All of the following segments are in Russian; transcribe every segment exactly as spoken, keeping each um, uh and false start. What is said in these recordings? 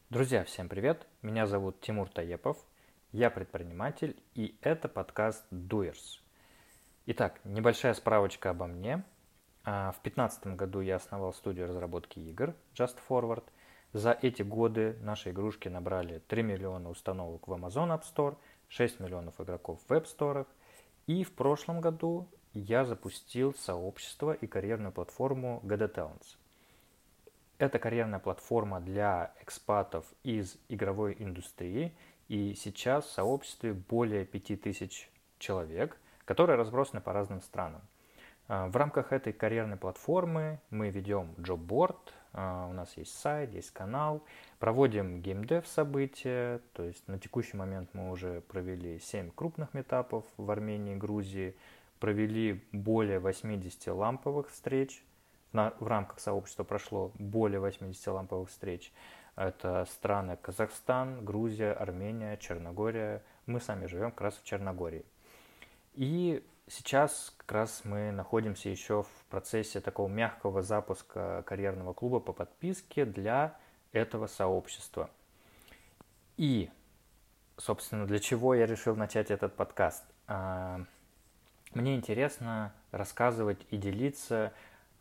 Друзья, всем привет! Меня зовут Тимур Таепов, я предприниматель, и это подкаст Doers. Итак, небольшая справочка обо мне. А, В две тысячи пятнадцатом году я основал студию разработки игр Just Forward. За эти годы наши игрушки набрали три миллиона установок в Amazon App Store, шесть миллионов игроков в Web Store. И в прошлом году я запустил сообщество и карьерную платформу джи ди Talents. Это карьерная платформа для экспатов из игровой индустрии, и сейчас в сообществе более пяти тысяч человек, которые разбросаны по разным странам. В рамках этой карьерной платформы мы ведем джобборд, у нас есть сайт, есть канал, проводим геймдев события, то есть на текущий момент мы уже провели семь крупных митапов в Армении и Грузии, провели более восьмидесяти ламповых встреч. На, в рамках сообщества прошло более восьмидесяти ламповых встреч. Это страны Казахстан, Грузия, Армения, Черногория. Мы сами живем как раз в Черногории. И сейчас как раз мы находимся еще в процессе такого мягкого запуска карьерного клуба по подписке для этого сообщества. И, собственно, для чего я решил начать этот подкаст? Мне интересно рассказывать и делиться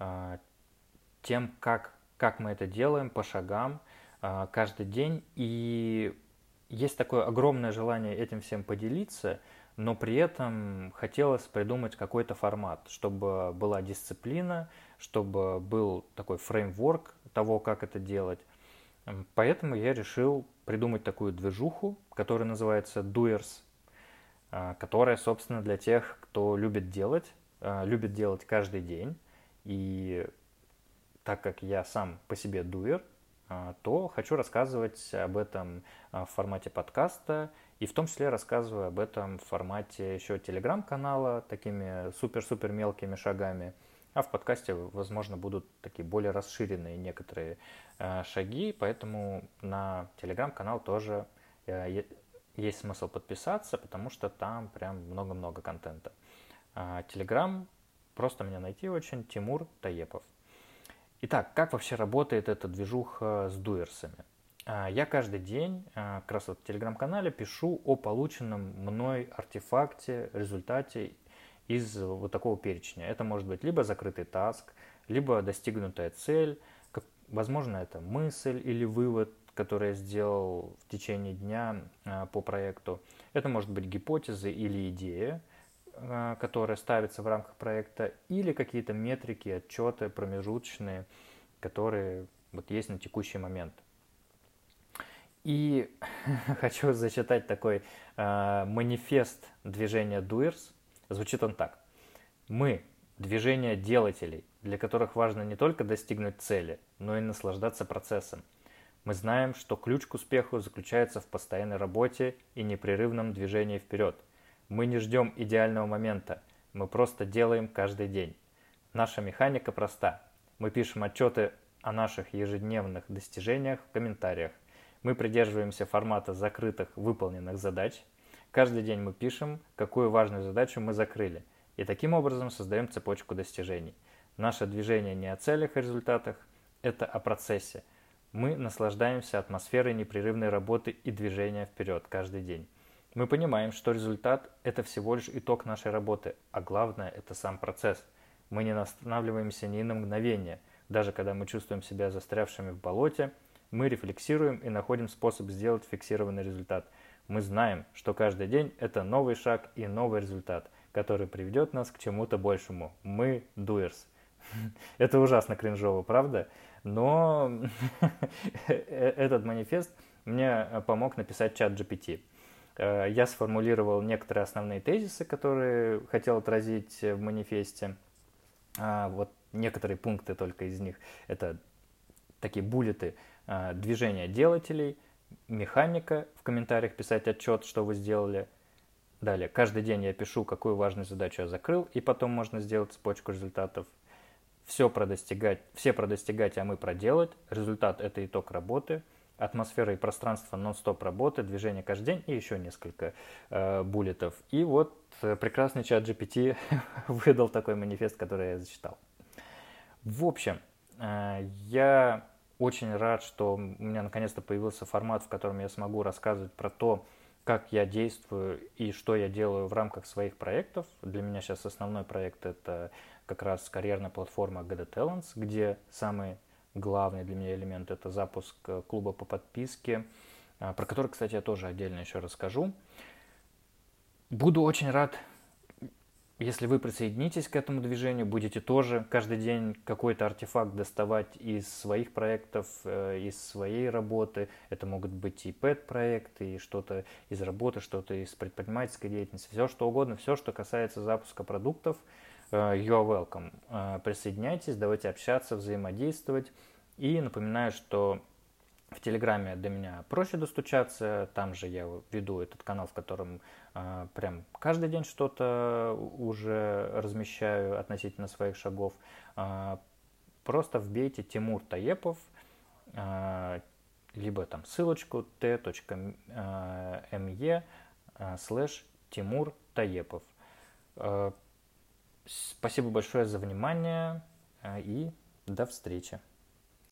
тем, как, как мы это делаем по шагам каждый день. И есть такое огромное желание этим всем поделиться, но при этом хотелось придумать какой-то формат, чтобы была дисциплина, чтобы был такой фреймворк того, как это делать. Поэтому я решил придумать такую движуху, которая называется Doers, которая, собственно, для тех, кто любит делать, любит делать каждый день. И так как я сам по себе дуэр, то хочу рассказывать об этом в формате подкаста, и в том числе рассказываю об этом в формате еще телеграм-канала, такими супер-супер мелкими шагами. А в подкасте, возможно, будут такие более расширенные некоторые шаги, поэтому на телеграм-канал тоже есть смысл подписаться, потому что там прям много-много контента. Телеграм, просто меня найти очень, Тимур Таепов. Итак, как вообще работает эта движуха с дуэрсами? Я каждый день как раз вот в телеграм-канале пишу о полученном мной артефакте, результате из вот такого перечня. Это может быть либо закрытый таск, либо достигнутая цель, как, возможно, это мысль или вывод, который я сделал в течение дня по проекту. Это может быть гипотеза или идея, которые ставятся в рамках проекта, или какие-то метрики, отчеты промежуточные, которые вот есть на текущий момент. И хочу зачитать такой э, манифест движения Doers. Звучит он так. Мы – движение делателей, для которых важно не только достигнуть цели, но и наслаждаться процессом. Мы знаем, что ключ к успеху заключается в постоянной работе и непрерывном движении вперед. Мы не ждем идеального момента, мы просто делаем каждый день. Наша механика проста. Мы пишем отчеты о наших ежедневных достижениях в комментариях. Мы придерживаемся формата закрытых выполненных задач. Каждый день мы пишем, какую важную задачу мы закрыли. И таким образом создаем цепочку достижений. Наше движение не о целях и результатах, это о процессе. Мы наслаждаемся атмосферой непрерывной работы и движения вперед каждый день. Мы понимаем, что результат – это всего лишь итог нашей работы, а главное – это сам процесс. Мы не останавливаемся ни на мгновение. Даже когда мы чувствуем себя застрявшими в болоте, мы рефлексируем и находим способ сделать фиксированный результат. Мы знаем, что каждый день – это новый шаг и новый результат, который приведет нас к чему-то большему. Мы – doers. Это ужасно кринжово, правда? Но этот манифест мне помог написать чат джи пи ти. Я сформулировал некоторые основные тезисы, которые хотел отразить в манифесте. Вот некоторые пункты только из них. Это такие буллеты: движение делателей, механика, в комментариях писать отчет, что вы сделали. Далее, каждый день я пишу, какую важную задачу я закрыл, и потом можно сделать цепочку результатов. Все про достигать, все про достигать, а мы проделать. Результат – это итог работы. Атмосфера и пространство нон-стоп работы, движение каждый день и еще несколько э, буллетов. И вот э, прекрасный чат джи пи ти выдал такой манифест, который я зачитал. В общем, э, я очень рад, что у меня наконец-то появился формат, в котором я смогу рассказывать про то, как я действую и что я делаю в рамках своих проектов. Для меня сейчас основной проект — это как раз карьерная платформа джи ди Talents, где самый главный для меня элемент — это запуск клуба по подписке, про который, кстати, я тоже отдельно еще расскажу. Буду очень рад, если вы присоединитесь к этому движению, будете тоже каждый день какой-то артефакт доставать из своих проектов, из своей работы. Это могут быть и пэт-проекты, и что-то из работы, что-то из предпринимательской деятельности, все что угодно, все, что касается запуска продуктов. You are welcome. Присоединяйтесь, давайте общаться, взаимодействовать. И напоминаю, что в Телеграме до меня проще достучаться, там же я веду этот канал, в котором э, прям каждый день что-то уже размещаю относительно своих шагов. Э, просто вбейте Тимур Таепов, э, либо там ссылочку t.me э, слэш Тимур Таепов. Э, спасибо большое за внимание э, и до встречи.